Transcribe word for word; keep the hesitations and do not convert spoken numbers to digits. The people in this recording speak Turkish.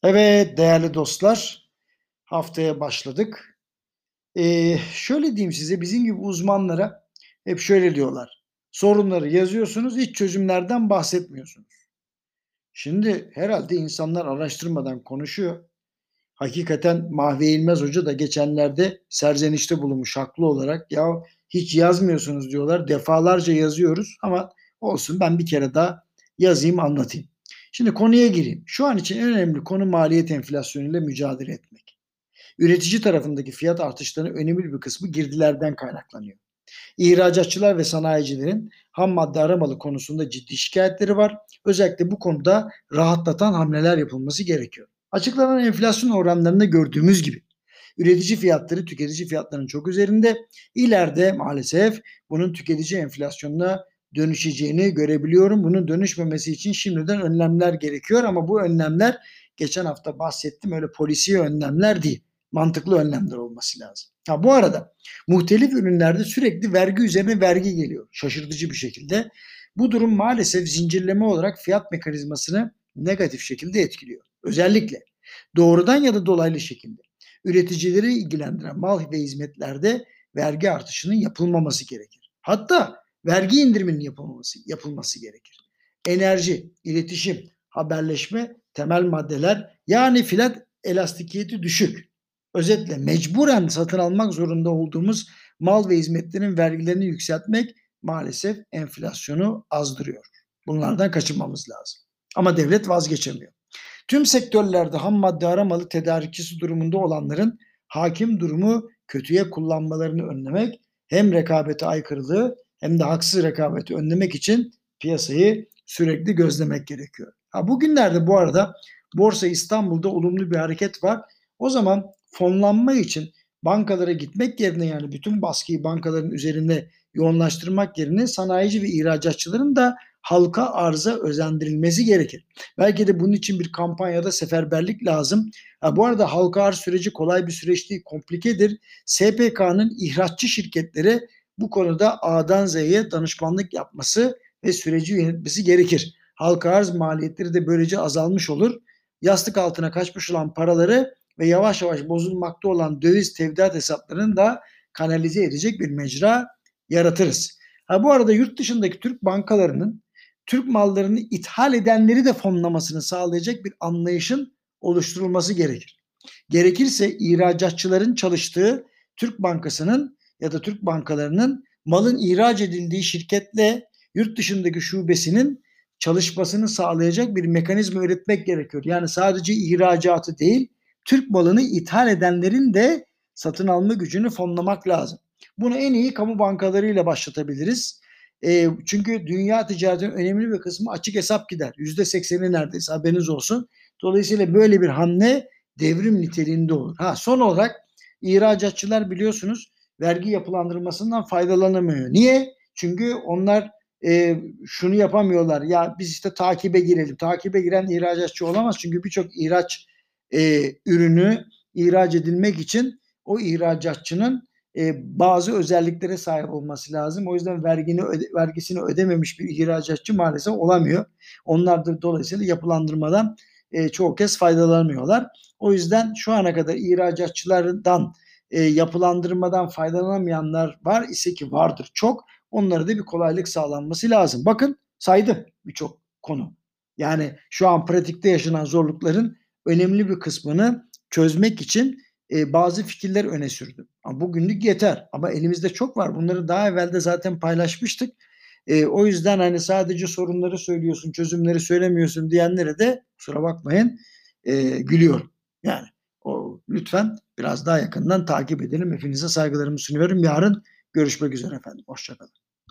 Evet değerli dostlar, haftaya başladık. Eee, şöyle diyeyim size, bizim gibi uzmanlara hep şöyle diyorlar: "Sorunları yazıyorsunuz, hiç çözümlerden bahsetmiyorsunuz." Şimdi herhâlde insanlar araştırmadan konuşuyor. Hakikaten Mahvi İlmez Hoca da geçenlerde serzenişte bulunmuş haklı olarak. "Ya, hiç yazmıyorsunuz." diyorlar. Defalarca yazıyoruz ama olsun ben bir kere daha yazayım, anlatayım. Şimdi konuya gireyim. Şu an için en önemli konu maliyet enflasyonuyla mücadele etmek. Üretici tarafındaki fiyat artışlarının önemli bir kısmı girdilerden kaynaklanıyor. İhracatçılar ve sanayicilerin ham madde aramalı konusunda ciddi şikâyetleri var. Özellikle bu konuda rahatlatan hamleler yapılması gerekiyor. Açıklanan enflasyon oranlarında gördüğümüz gibi üretici fiyatları tüketici fiyatlarının çok üzerinde. İleride maalesef bunun tüketici enflasyonuna dönüşeceğini görebiliyorum. Bunun dönüşmemesi için şimdiden önlemler gerekiyor ama bu önlemler geçen hafta bahsettim öyle polisiye önlemler değil. Mantıklı önlemler olması lazım. Ha, bu arada muhtelif ürünlerde sürekli vergi üzerine vergi geliyor şaşırtıcı bir şekilde. Bu durum maalesef zincirleme olarak fiyat mekanizmasını negatif şekilde etkiliyor. Özellikle doğrudan ya da dolaylı şekilde üreticileri ilgilendiren mal ve hizmetlerde vergi artışının yapılmaması gerekir. Hatta vergi indiriminin yapılması, yapılması gerekir. Enerji, iletişim, haberleşme, temel maddeler yani fiyat elastikiyeti düşük. Özetle mecburen satın almak zorunda olduğumuz mal ve hizmetlerin vergilerini yükseltmek maalesef enflasyonu azdırıyor. Bunlardan kaçınmamız lazım. Ama devlet vazgeçemiyor. Tüm sektörlerde ham madde aramalı tedarikçisi durumunda olanların hakim durumu kötüye kullanmalarını önlemek, hem rekabete aykırılığı hem de haksız rekabeti önlemek için piyasayı sürekli gözlemek gerekiyor. Ha, bugünlerde bu arada Borsa İstanbul'da olumlu bir hareket var. O zaman fonlanma için bankalara gitmek yerine, yani bütün baskıyı bankaların üzerine yoğunlaştırmak yerine sanayici ve ihracatçıların da halka arza özendirilmesi gerekir. Belki de bunun için bir kampanyada seferberlik lazım. Ha, bu arada halka arz süreci kolay bir süreç değil, komplikedir. S P K'nın ihraççı şirketlere bu konuda A'dan Z'ye danışmanlık yapması ve süreci yönetmesi gerekir. Halka arz maliyetleri de böylece azalmış olur. Yastık altına kaçmış olan paraları ve yavaş yavaş bozulmakta olan döviz tevdiat hesaplarını da kanalize edecek bir mecra yaratırız. Ha, bu arada yurt dışındaki Türk bankalarının Türk mallarını ithal edenleri de fonlamasını sağlayacak bir anlayışın oluşturulması gerekir. Gerekirse ihracatçıların çalıştığı Türk Bankası'nın ya da Türk bankalarının malın ihraç edildiği şirketle yurt dışındaki şubesinin çalışmasını sağlayacak bir mekanizma üretmek gerekiyor. Yani sadece ihracatı değil, Türk malını ithal edenlerin de satın alma gücünü fonlamak lazım. Bunu en iyi kamu bankalarıyla başlatabiliriz. E, çünkü dünya ticaretinin önemli bir kısmı açık hesap gider. yüzde sekseni neredeyse, haberiniz olsun. Dolayısıyla böyle bir hamle devrim niteliğinde olur. Ha, son olarak ihracatçılar biliyorsunuz vergi yapılandırmasından faydalanamıyor. Niye? Çünkü onlar e, şunu yapamıyorlar. Ya biz işte takibe girelim. Takibe giren ihracatçı olamaz. Çünkü birçok ihraç e, ürünü ihraç edilmek için o ihracatçının e, bazı özelliklere sahip olması lazım. O yüzden vergini öde, vergisini ödememiş bir ihracatçı maalesef olamıyor. Onlar da dolayısıyla yapılandırmadan e, çoğu kez faydalanamıyorlar. O yüzden şu ana kadar ihracatçılardan e, yapılandırmadan faydalanamayanlar var ise, ki vardır çok, onlara da bir kolaylık sağlanması lazım. Bakın saydım birçok konu. Yani şu an pratikte yaşanan zorlukların önemli bir kısmını çözmek için e, bazı fikirler öne sürdüm. Ama bugünlük yeter. Ama elimizde çok var. Bunları daha evvel de zaten paylaşmıştık. E, o yüzden hani sadece sorunları söylüyorsun, çözümleri söylemiyorsun diyenlere de kusura bakmayın, e, gülüyorum. Yani o lütfen biraz daha yakından takip edelim. Hepinize saygılarımı sunuyorum. Yarın görüşmek üzere efendim. Hoşça kalın.